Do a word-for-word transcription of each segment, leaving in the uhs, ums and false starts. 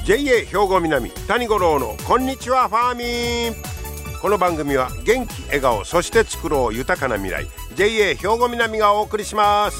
ジェイエー 兵庫南谷五郎のこんにちはファーミン。この番組は元気笑顔そして作ろう豊かな未来 ジェイエー 兵庫南がお送りします。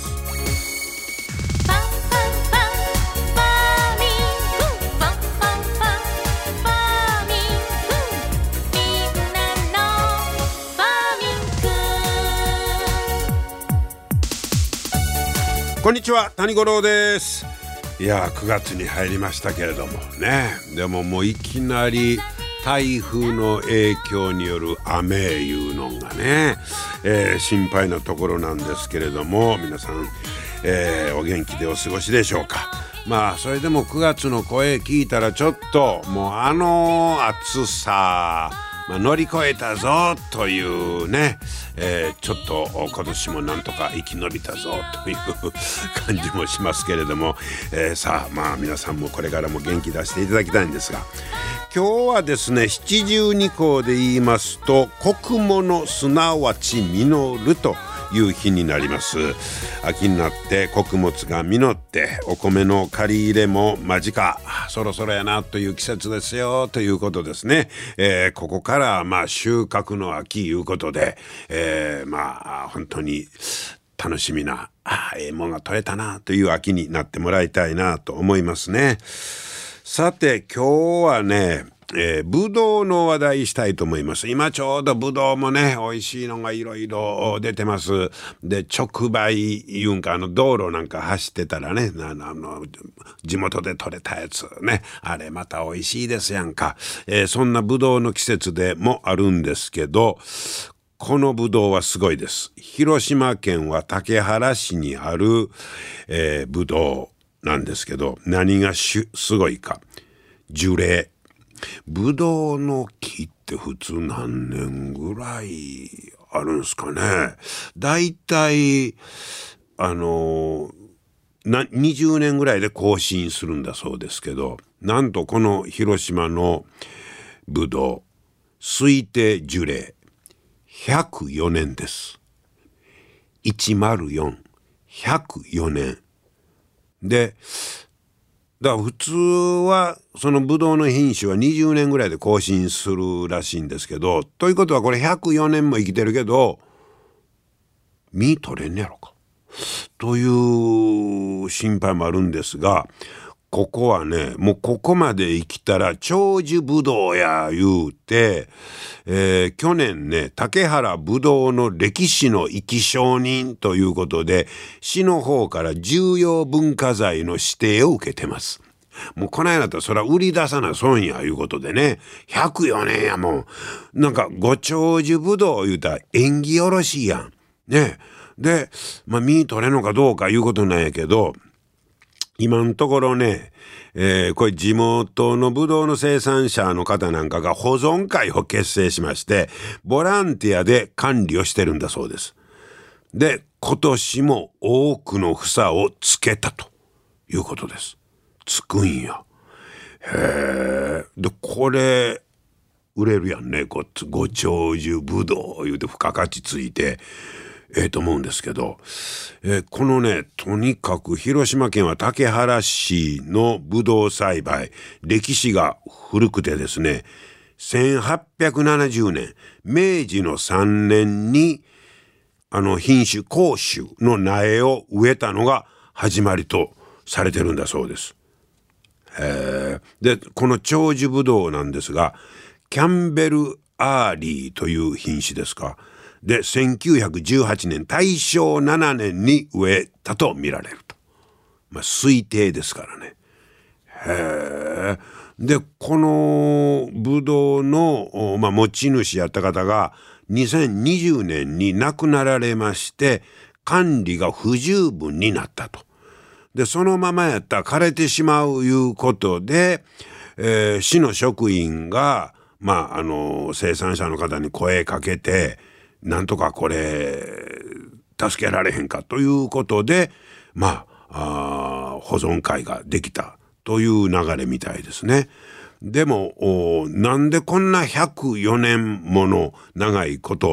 こんにちは谷五郎です。いやーくがつに入りましたけれどもね、でももういきなり台風の影響による雨いうのがね、えー、心配なところなんですけれども、皆さん、えー、お元気でお過ごしでしょうか。まあそれでもくがつの声聞いたらちょっともうあの暑さ、まあ、乗り越えたぞというね、えー、ちょっと今年もなんとか生き延びたぞという感じもしますけれども、えー、さあまあ皆さんもこれからも元気出していただきたいんですが、今日はですね七十二候で言いますと穀物すなわち実るという日になります。秋になって穀物が実ってお米の借り入れも間近、そろそろやなという季節ですよということですね。えー、ここからまあ収穫の秋いうことで、えー、まあ本当に楽しみなあええもんが取れたなという秋になってもらいたいなと思いますね。さて今日はねえー、ぶどうの話題したいと思います。今ちょうどぶどうもね美味しいのがいろいろ出てます。で直売いうんかあの道路なんか走ってたらね、あのあの地元で採れたやつね、あれまた美味しいですやんか。えー、そんなぶどうの季節でもあるんですけど、このぶどうはすごいです。広島県は竹原市にある、えー、ぶどうなんですけど、何がしすごいか、樹齢。ぶどうの木って普通何年ぐらいあるんですかね。だいたいあのなにじゅうねんぐらいで更新するんだそうですけど、なんとこの広島のぶどう推定樹齢ひゃくよねんです。ひゃくよん、ひゃくよねんで、だから普通はそのブドウの品種はにじゅうねんぐらいで更新するらしいんですけど、ということはこれひゃくよねんも生きてるけど実取れんねやろかという心配もあるんですが、ここはねもうここまで生きたら長寿ぶどうや言うて、えー、去年ね竹原ぶどうの歴史の生き証人ということで市の方から重要文化財の指定を受けてます。もうこないなったらそら売り出さな損やいうことでね、ひゃくよねんやもん。なんかご長寿ぶどう言うたら縁起よろしいやんね。でまあ実取れんのかどうかいうことなんやけど、今のところね、えー、これ地元のブドウの生産者の方なんかが保存会を結成しましてボランティアで管理をしてるんだそうです。で今年も多くの房をつけたということです。つくんや。へえ。でこれ売れるやんね。 ご, ご長寿ブドウ言うて付加価値ついてええと思うんですけど、えー、このねとにかく広島県は竹原市のブドウ栽培歴史が古くてですね、せんはっぴゃくななじゅうねん明治のさんねんにあの品種甲州の苗を植えたのが始まりとされてるんだそうです。へでこの長寿ブドウなんですがキャンベルアーリーという品種ですか。でせんきゅうひゃくじゅうはちねん大正ななねんに植えたと見られると、まあ、推定ですからね。へえ。でこのブドウの、まあ、持ち主やった方がにせんにじゅうねんに亡くなられまして管理が不十分になったと。でそのままやったら枯れてしまういうことで、えー、市の職員が、まあ、あの生産者の方に声かけてなんとかこれ助けられへんかということで、まあ、あ保存会ができたという流れみたいですね。でもなんでこんなひゃくよねんもの長いこと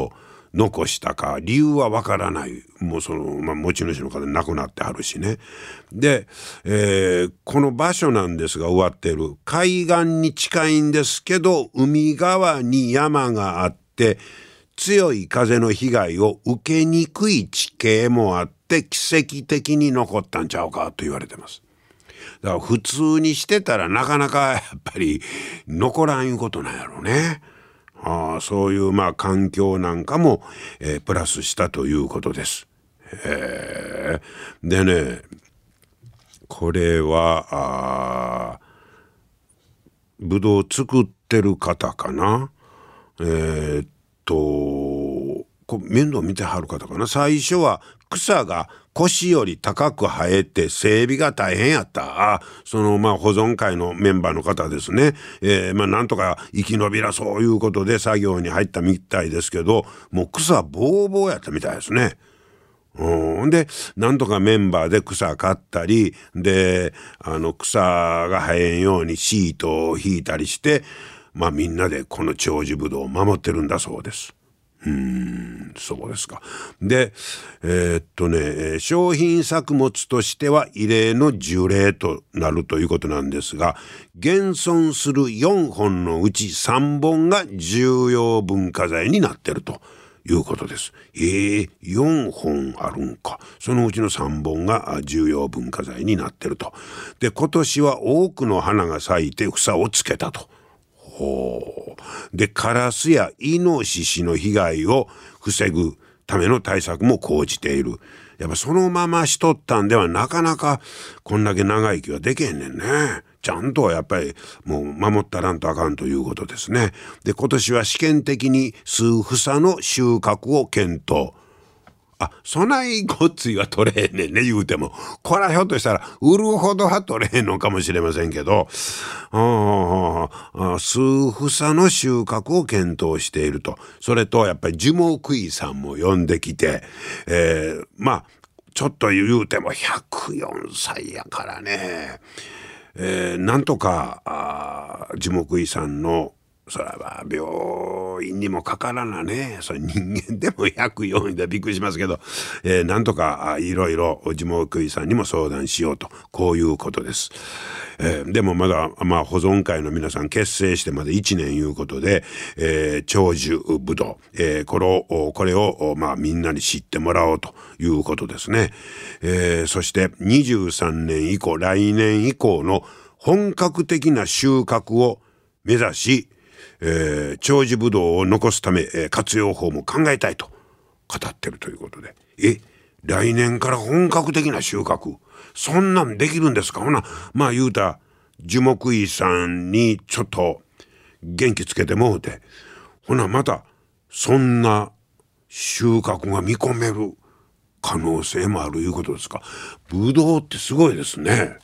残したか理由はわからない。もうその、まあ、持ち主の方亡くなってはるしね。で、えー、この場所なんですが、終わってる海岸に近いんですけど、海側に山があって強い風の被害を受けにくい地形もあって奇跡的に残ったんちゃうかと言われてます。だから普通にしてたらなかなかやっぱり残らんいうことなんやろうね。ああ、そういうまあ環境なんかも、えー、プラスしたということです。へー。でね、これはあぶどう作ってる方かな。えー、っとこ面倒見てはる方かな。最初は草が腰より高く生えて整備が大変やった。あそのまあ保存会のメンバーの方ですね。えー、まあなんとか生き延びらそういうことで作業に入ったみたいですけど、もう草ボーボーやったみたいですね。うん、でなんとかメンバーで草刈ったりで、あの草が生えんようにシートを引いたりして、まあみんなでこの長寿ぶどうを守ってるんだそうです。うーん、そうですか。で、えー、っとね、商品作物としては異例の樹齢となるということなんですが、現存するよんほんのうちさんぼんが重要文化財になってるということです。えー、よんほんあるんか。そのうちのさんぼんが重要文化財になってると。で、今年は多くの花が咲いて房をつけたと。ほう。で、カラスやイノシシの被害を防ぐための対策も講じている。やっぱそのまましとったんではなかなかこんだけ長生きはできへんねんね。ちゃんとやっぱりもう守ったらんとあかんということですね。で、今年は試験的に数房の収穫を検討。あ、そないごっついは取れへんねんね、言うても。これはひょっとしたら売るほどは取れへんのかもしれませんけど、ああ数房の収穫を検討していると。それとやっぱり樹木医さんも呼んできて、えー、まあちょっと言うてもひゃくよんさいやからね、えー、なんとかあ樹木医さんのそれは病院にもかからなね。それ人間でもひゃくよんいでびっくりしますけど、えー、なんとかいろいろ樹木医さんにも相談しようと、こういうことです。えー、でもまだ、まあ、保存会の皆さん結成してまでいちねんいうことで、えー、長寿ぶどう、えー、これをこれを、まあ、みんなに知ってもらおうということですね。えー、そしてにじゅうさんねん以降、来年以降の本格的な収穫を目指し、えー、長寿ぶどうを残すため、えー、活用法も考えたいと語ってるということで、え来年から本格的な収穫、そんなんできるんですか。ほなまあ言うた樹木医さんにちょっと元気つけてもうて、ほなまたそんな収穫が見込める可能性もあるいうことですか。ぶどうってすごいですね。へ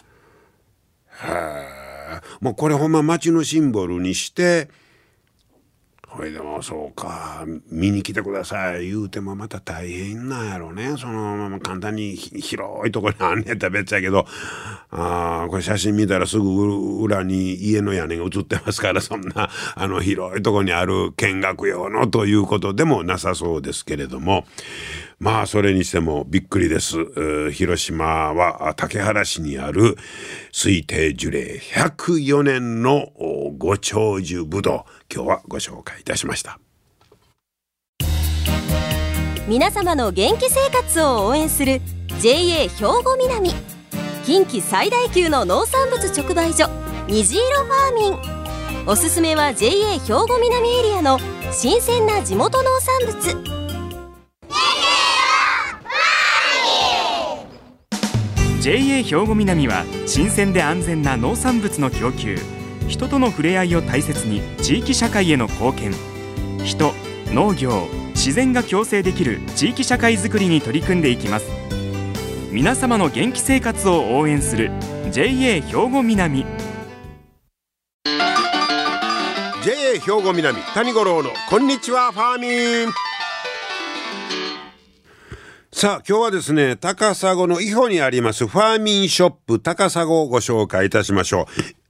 え、もうこれほんま町のシンボルにして、これでもそうか見に来てください言うてもまた大変なんやろね。その簡単に広いところにあんねやったら別やけど、あこれ写真見たらすぐ裏に家の屋根が映ってますから、そんなあの広いところにある見学用のということでもなさそうですけれども、まあそれにしてもびっくりです。広島は竹原市にある推定樹齢ひゃくよねんのご長寿ぶどう、今日はご紹介いたしました。 皆様の元気生活を応援する ジェイエー 兵庫南、近畿最大級の農産物直売所虹色ファーミン。おすすめは ジェイエー 兵庫南エリアの新鮮な地元農産物。 ジェイエー 兵庫南は新鮮で安全な農産物の供給、人との触れ合いを大切に地域社会への貢献、人、農業、自然が共生できる地域社会づくりに取り組んでいきます。皆様の元気生活を応援する ジェイエー 兵庫南。 ジェイエー 兵庫南谷五郎のこんにちはファーミン。さあ今日はですね、高砂の伊保にありますファーミンショップ高砂をご紹介いたしましょう。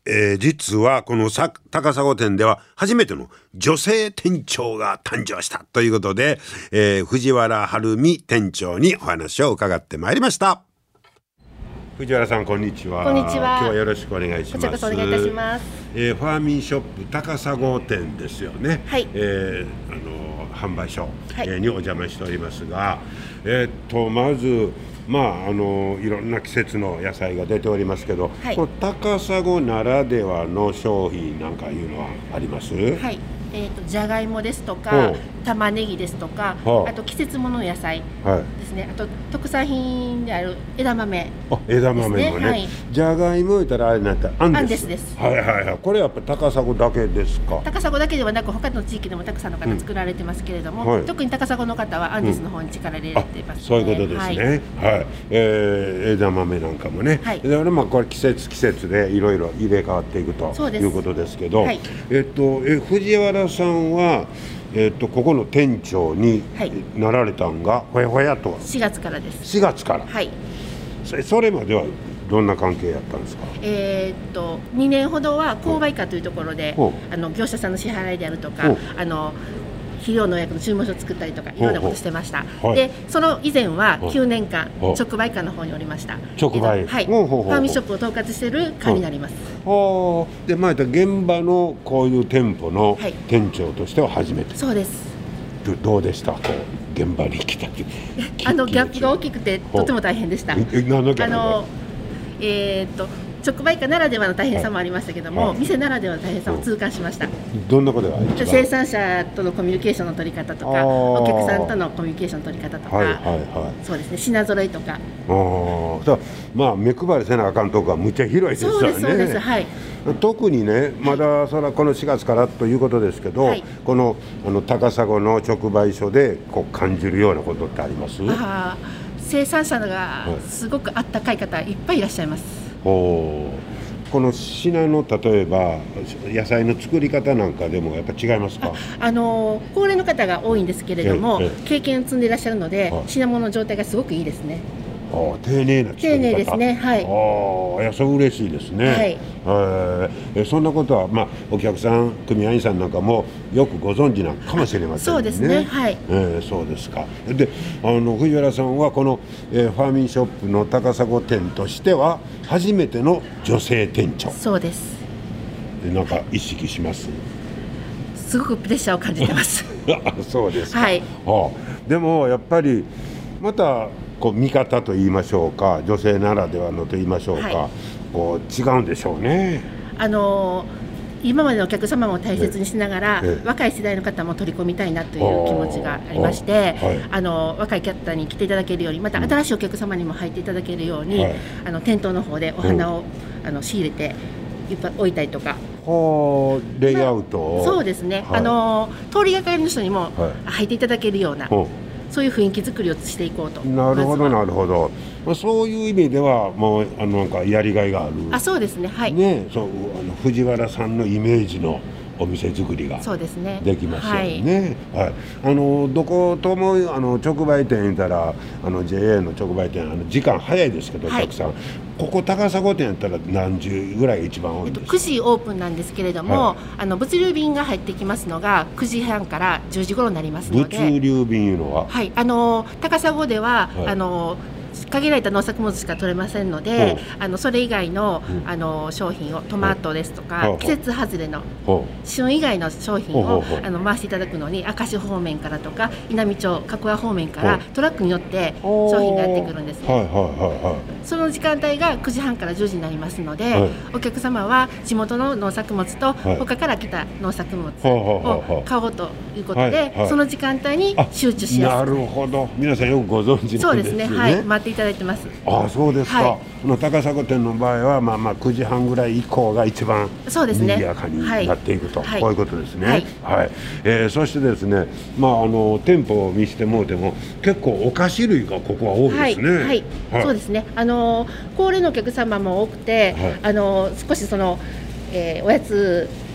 えー、実はこのさ高砂店では初めての女性店長が誕生したということで、えー、藤原晴美店長にお話を伺ってまいりました。藤原さん、こんにちは。 こんにちは。 今日はよろしくお願いします。 こちらこそお願いいたします。 えー、ファーミンショップ高砂店ですよね。 はい。 えー、あの販売所、はい、えー、にお邪魔しておりますが、えー、っとまずまああのいろんな季節の野菜が出ておりますけど、はい、この高砂ならではの商品なんかいうのはあります？ はい。えー、とじゃがいもですとか玉ねぎですとか、はあ、あと季節物の野菜ですね、はい、あと特産品である枝豆ですね。 あ、枝豆もね、はい、じゃがいも言ったらあれなんてアンデス。 アンデスです。 はいはいはい。これやっぱ高砂だけですか？ 高砂だけではなく他の地域でもたくさんの方作られてますけれども、うん、はい、特に高砂の方はアンデスの方に力入れられています、ね、 うん、そういうことですね。はい、はい、えー、枝豆なんかもね、はい、でまあこれ季節季節でいろいろ入れ替わっていくということですけど、はい、えっとえ藤原さんはえー、とここの店長になられたんがほやほやとしがつからです。 しがつから。 はい。 そ, それまではどんな関係やったんですか？ えー、っとにねんほどは購買課というところで、あの業者さんの支払いであるとか、あの肥料農薬の注文書を作ったりとかいろんなことしてました。はい、でその以前はきゅうねんかん直売課の方におりました。 直売、 はい、ファーミンショップを統括している課になります。 はあ、でまあ現場のこういう店舗の店長としては初めて。 そうです。 どうでした？こう現場に来たあのギャップが大きくてとても大変でした。あのえー、っと直売価ならではの大変さもありましたけども、はい、店ならではの大変さを痛感しました。 どんなことが？ 生産者とのコミュニケーションの取り方とか、お客さんとのコミュニケーションの取り方とか、はいはいはい、そうですね、品揃えとか。 あまあ目配りせなあかんとこはむっちゃ広いですよね。 そうですそうです、はい。 特にね、まだそれはこのしがつからということですけど、はい、このあの高砂の直売所でこう感じるようなことってあります？ あ、生産者がすごくあったかい方いっぱいいらっしゃいます。 おこの品の例えば野菜の作り方なんかでもやっぱ違いますか？ あ、あの高齢の方が多いんですけれども、経験を積んでいらっしゃるので、品物の状態がすごくいいですね。 あ、丁寧な作り方。 丁寧ですね。はい。 ああ、いや、それ嬉しいですね。はい。えー、そんなことはまあお客さん、組合員さんなんかもよくご存知なのかもしれませんね。 そうですね。はい。 えー、そうですか。で、あの藤原さんはこの、えー、ファーミンショップの高砂店としては初めての女性店長。 そうです。 で、なんか意識します？ すごくプレッシャーを感じてます。 あ、そうですか。 はい。 あ、でもやっぱりまたこう見方と言いましょうか、女性ならではのと言いましょうか、はい、こう違うんでしょうね。 あのー、今までのお客様も大切にしながら、ええ、若い世代の方も取り込みたいなという気持ちがありまして、あ、はい、あの若い方に来ていただけるように、また新しいお客様にも入っていただけるように、うん、はい、あの店頭の方でお花を、うん、あの仕入れていっぱい置いたりとか。 はあ、レイアウトを、 まあ、そうですね、はい、あの通りがかりの人にも入っていただけるような、はい、そういう雰囲気作りをしていこうと。 なるほどなるほど、まあ、そういう意味ではもうあのなんかやりがいがある。 あ、そうですね、はい、 ね、そう、あの藤原さんのイメージのお店作りができますよね。はい、はい、あのどこともあの直売店いたらあの ジェイエー の直売店、あの時間早いですけど、たくさん、はい、ここ高砂店やったら何時ぐらい一番多いんですか？くじオープンなんですけれども、はい、あの物流便が入ってきますのがくじはんからじゅうじ頃になりますので。 物流便いうのは、 はい、あの高砂では、はい、あの限られた農作物しか取れませんので、あのそれ以外の、うん、あの商品をトマトですとか、うん、季節外れの旬以外の商品をあの回していただくのに、明石方面からとか稲美町加古屋方面からトラックによって商品がやってくるんですね。はいはいはいはい、その時間帯がくじはんからじゅうじになりますので、はい、お客様は地元の農作物と、はい、他から来た農作物を買おうということで、はいはい、その時間帯に集中しやすい。 なるほど、皆さんよくご存知なんですね。 そうですね、はい、待っていただいてます。 ああ、そうですか。はい、この高砂店の場合はまあまあくじはんぐらい以降が一番賑やかになっていくと、はい、こういうことですね。はい、はい、えー、そしてですね、まああの店舗を見せてもらっても結構お菓子類がここは多いですね。はい、はいはい、そうですね。 あの高齢のお客様も多くて、はい、あの少しその、えー、おやつ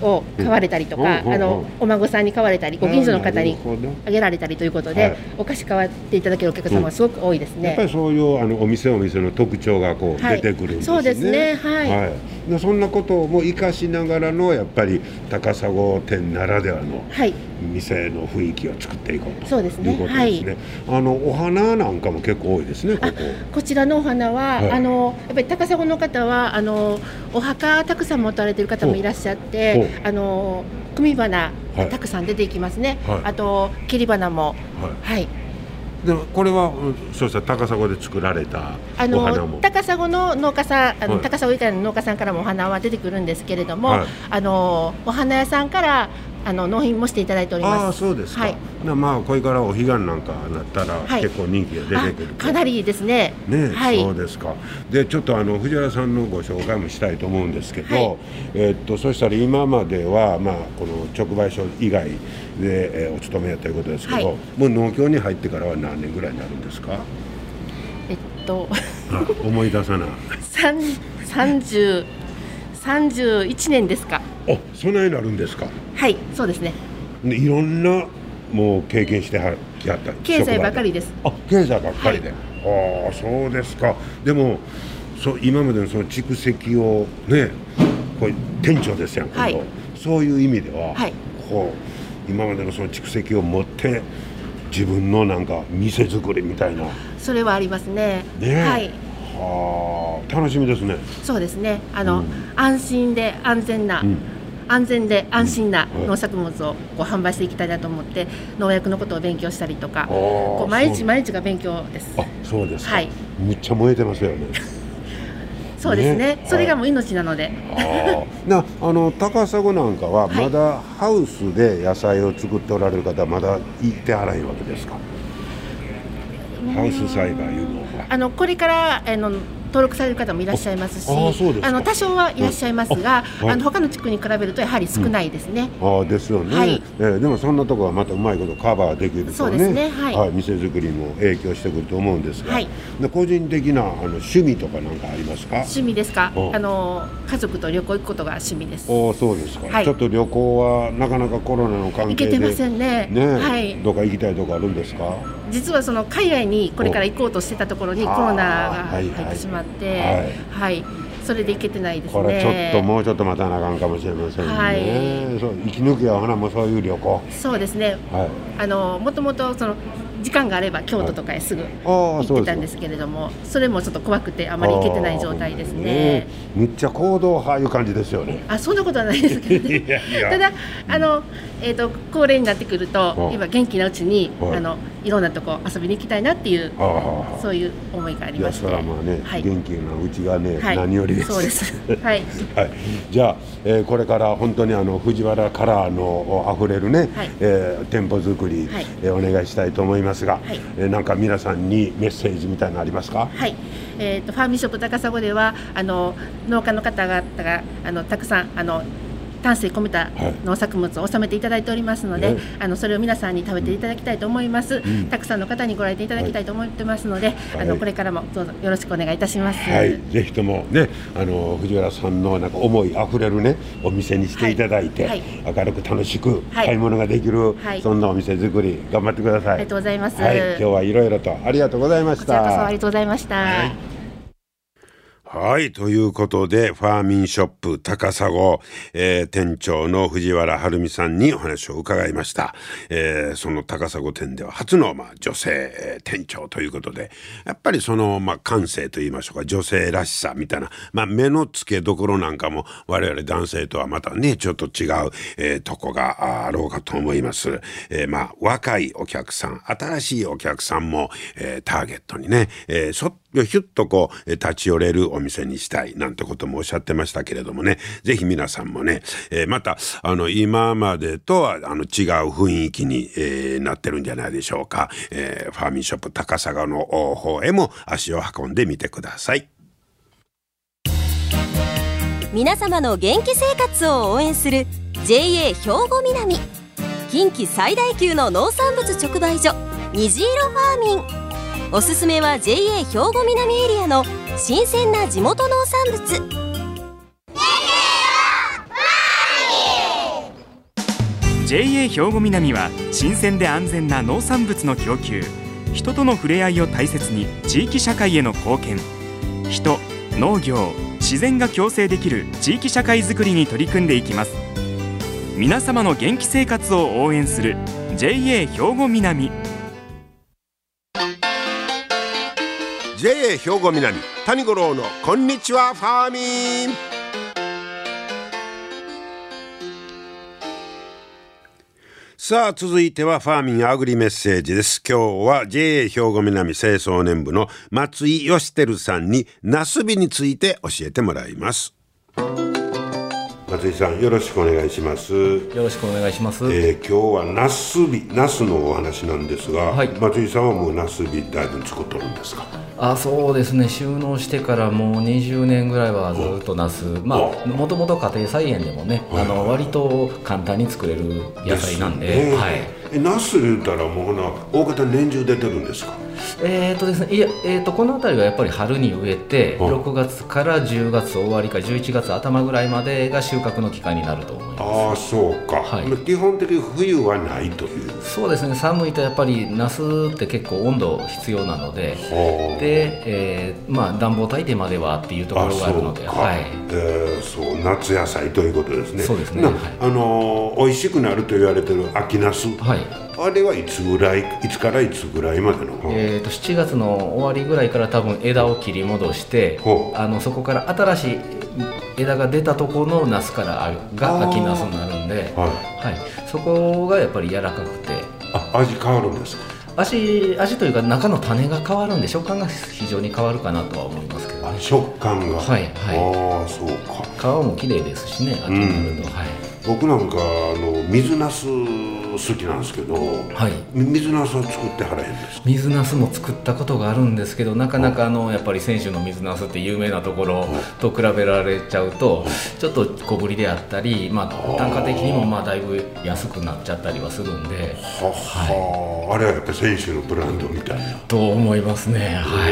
を買われたりとか、うん、あのお孫さんに買われたりご近所の方にあげられたりということで、はい、お菓子買わっていただけるお客様がすごく多いですね、うん、 やっぱりそういうあのお店お店の特徴がこう、はい、出てくるんですね。 そうですね、はいはい、 でそんなことも生かしながらのやっぱり高砂店ならではの店の雰囲気を作っていこうと、そうですね、いうことですね、はい、あのお花なんかも結構多いですね。こここちらのお花は、はい、あのやっぱり高砂の方はあのお墓たくさん持たれている方もいらっしゃって、あの組花たくさん出ていきますね、はい、あと切り花も、はい、はい、 でこれはそうした高砂で作られたお花も、 高砂の農家さん、あの、はい、高砂以外の農家さんからもお花は出てくるんですけれども、はい、あのお花屋さんからあの納品もしていただいております。 ああ、そうですか、はい、まあこれからお彼岸なんかなったら、はい、結構人気が出てくるかなりですね。 ね、 はい、 そうですか。でちょっとあの藤原さんのご紹介もしたいと思うんですけど、はい、えー、っとそしたら今まではまあこの直売所以外で、えー、お勤めやということですけど、はい、もう農協に入ってからは何年ぐらいになるんですか？ えっと思い出さない。 三十三十一年ですか。 あ、そんなになるんですか。 はい、そうですね。 でいろんなもう経験してはやった経済ばかりです。 あ、経済ばっかりで、はい、ああ、そうですか。でもそう今までのその蓄積をね、これ店長ですやん、はい、そういう意味では、はい、こう今までのその蓄積を持って自分のなんか店作りみたいな、 それはありますね。 ね、 はい。 はあ、楽しみですね。 そうですね。あの、うん、安心で安全な、うん、安全で安心な農作物をこう販売していきたいなと思って、農薬のことを勉強したりとか、こう毎日毎日が勉強です。 あ、そうですか。 はい。 むっちゃ燃えてますよね。 そうですね。ね、それがもう命なので。 あなあの高砂なんかはまだハウスで野菜を作っておられる方はまだ行ってはらないわけですか。ハウス栽培いうのはあのこれからあの登録される方もいらっしゃいますし、ああの多少はいらっしゃいますが、うん、ああの他の地区に比べるとやはり少ないですね。 うん、あですよね、はい、えー、でもそんなところはまたうまいことカバーできるとね、 そうですね、はいはい、店作りも影響してくると思うんですが、はい、で個人的なあの趣味とかなんかありますか？ 趣味ですか、あの家族と旅行行くことが趣味です。 あそうですか、はい、ちょっと旅行はなかなかコロナの関係で行けてませんね。 ね、 はい、 どこか行きたいとこあるんですか？ 実はその海外にこれから行こうとしてたところにコロナが入ってしまって、はいはいはい、それで行けてないですね。 これちょっともうちょっと待たなあかんかもしれませんね。はい、そう生き抜きはほなもうそういう旅行。 そうですね。はい、あのもともとその時間があれば京都とかへすぐ行ってたんですけれども、はい、そ, それもちょっと怖くてあまり行けてない状態ですね。 めっちゃ行動派いう感じですよね。 あ、そんなことはないですけど、ね、いやいやただあの、えーと、高齢になってくると今元気なうちに、はい、あのいろんなとこ遊びに行きたいなっていうそういう思いがありまして、いやそれはまあね、はい、 元気なうちがね、はい、何よりです。 そうです。はい。 はい。じゃあ、えー、これから本当にあの藤原カラーのあふれるね、はい、えー、店舗作り、はい、えー、お願いしたいと思いますが、はい、えー、なんか皆さんにメッセージみたいなのありますか？ はい。えーと、ファーミーショップ高砂ではあの農家の方々があのたくさんあの丹精込めた農作物を収めていただいておりますので、はい、あのそれを皆さんに食べていただきたいと思います、うん、たくさんの方にご来店いただきたいと思ってますので、はい、あのこれからもどうぞよろしくお願いいたします。 はい、ぜひともね、あの藤原さんのなんか思いあふれるねお店にしていただいて、はいはい、明るく楽しく買い物ができる、はい、そんなお店作り頑張ってください。 ありがとうございます。 はい、今日はいろいろとありがとうございました。 こちらこそありがとうございました。はい、 はい、ということでファーミンショップ高砂、えー、店長の藤原晴美さんにお話を伺いました。えー、その高砂店では初の、まあ、女性、えー、店長ということで、やっぱりその、まあ、感性といいましょうか、女性らしさみたいな、まあ、目の付けどころなんかも我々男性とはまたねちょっと違う、えー、とこがあろうかと思います。えー、まあ若いお客さん、新しいお客さんも、えー、ターゲットにね、えー、そっひゅっとこう立ち寄れるお店にしたいなんてこともおっしゃってましたけれどもね、ぜひ皆さんもね、えー、またあの今までとはあの違う雰囲気に、えー、なってるんじゃないでしょうか。えー、ファーミンショップ高砂の方へも足を運んでみてください。 皆様の元気生活を応援する ジェイエー 兵庫南、近畿最大級の農産物直売所虹色ファーミン。おすすめは ジェイエー 兵庫南エリアの新鮮な地元農産物。 ジェイエー 兵庫南は新鮮で安全な農産物の供給、人との触れ合いを大切に地域社会への貢献、人、農業、自然が共生できる地域社会づくりに取り組んでいきます。皆様の元気生活を応援する ジェイエー 兵庫南。 ジェイエー 兵庫南谷五郎のこんにちはファーミン。さあ続いてはファーミンアグリメッセージです。今日は ジェイエー 兵庫南清掃年部の松井義輝さんにナスビについて教えてもらいます。松井さんよろしくお願いします。よろしくお願いします。 えー、今日はナスビ、ナスのお話なんですが、はい、松井さんはもうナスビだいぶ作っとるんですか？ あ、そうですね、収納してからもうにじゅうねんぐらいはずっとナス、まあもともと家庭菜園でもね、あの割と簡単に作れる野菜なんで、でね、はい。 え、ナス言ったらもうほな大方年中出てるんですか？ えーとですね、いや、えーとこの辺りはやっぱり春に植えてろくがつからじゅうがつ終わりかじゅういちがつ頭ぐらいまでが収穫の期間になると思います。 ああ、そうか、はい、基本的に冬はないという。 そうですね、寒いとやっぱりナスって結構温度必要なので、で、えー、まあ暖房炊いてまではっていうところがあるので、はい、 えー、そう夏野菜ということですね。 そうですね、はい、 あのー、美味しくなると言われてる秋ナス、はい、あれはいつぐらい、いつからいつぐらいまでの、 えー、としちがつの終わりぐらいから多分枝を切り戻して、あのそこから新しい枝が出たところのナスからが秋ナスになるんで、はいはい、そこがやっぱり柔らかくて。 あ、味変わるんですか？ 味, 味というか中の種が変わるんで食感が非常に変わるかなとは思いますけど、ね、 食感が、 はいはい、 ああ、そうか。 皮も綺麗ですしね、秋になると、うん、はい。 僕なんかあの水ナス好きなんですけど、はい、水ナスは作ってはらへんですか？ 水ナスも作ったことがあるんですけど、なかなかあのやっぱり泉州の水ナスって有名なところと比べられちゃうと、ちょっと小ぶりであったり、まあ、単価的にもまあだいぶ安くなっちゃったりはするんで、 はは、はい、あれはやっぱり泉州のブランドみたいなと思いますね。はい、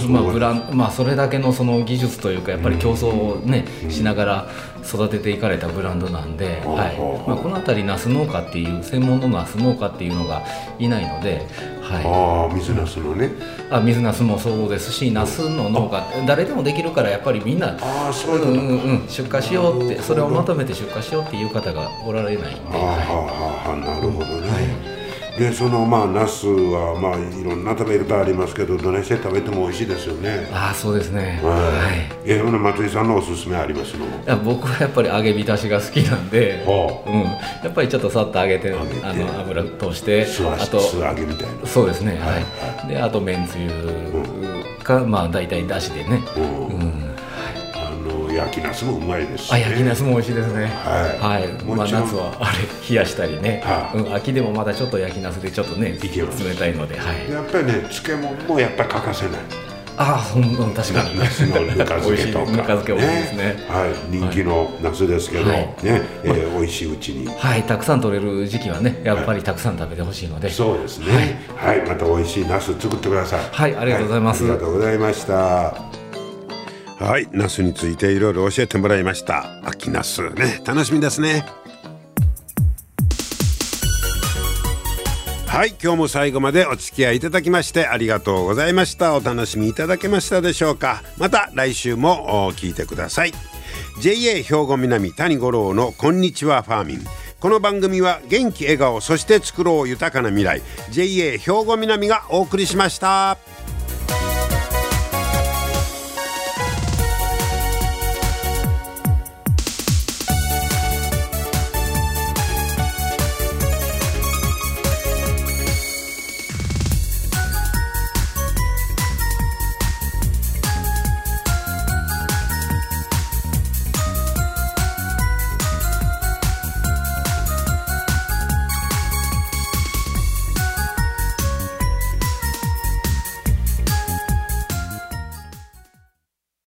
まあブランまあ、それだけのその技術というかやっぱり競争をね、うん、しながら育てていかれたブランドなんで、はい、まあ、この辺りナス農家っていう専門のナス農家っていうのがいないので、はい、 あ、水ナスのね、 あ、水ナスもそうですし、ナスの農家誰でもできるからやっぱりみんな、 あ、そういうことか、うんうん、 出荷しようって、それをまとめて出荷しようっていう方がおられないんで、 あ、はい、はは、なるほどね、はい。でそのまあナスはまあいろんな食べ方ありますけど、どないして食べても美味しいですよね。 ああ、そうですね、 はい、はい。えー、松井さんのおすすめありますの？いや、僕はやっぱり揚げ浸しが好きなんで、はあ、うん、やっぱりちょっとさっと揚げて、揚げてあの油通して素あと素揚げみたいな。 そうですね、はい、はい。であとめんつゆか、うん、まあ大体だしでね、うんうん、 焼きナスもうまいですし、 ね、あ、焼きナスも美味しいですね。 はい、はい、 まあ、夏はあれ冷やしたりね、はあ、うん、秋でもまだちょっと焼きナスでちょっとね冷たいので、はい、 やっぱりね、漬物もやっぱり欠かせない。 ああ、ほんと確かにナスのぬか漬けとかぬか漬け多いですね、 はい、人気のナスですけど、はい、ね、えー、美味しいうちに、 はい、たくさん取れる時期はね、やっぱりたくさん食べてほしいので、はい、 そうですね、はい、はい、また美味しいナス作ってください。 はい、ありがとうございます、 はい、ありがとうございました。はい、ナスについていろいろ教えてもらいました。秋ナスね、楽しみですね。はい、今日も最後までお付き合いいただきましてありがとうございました。お楽しみいただけましたでしょうか。また来週も聞いてください。 ジェイエー 兵庫南谷五郎のこんにちはファーミン。この番組は元気笑顔そして作ろう豊かな未来 ジェイエー 兵庫南がお送りしました。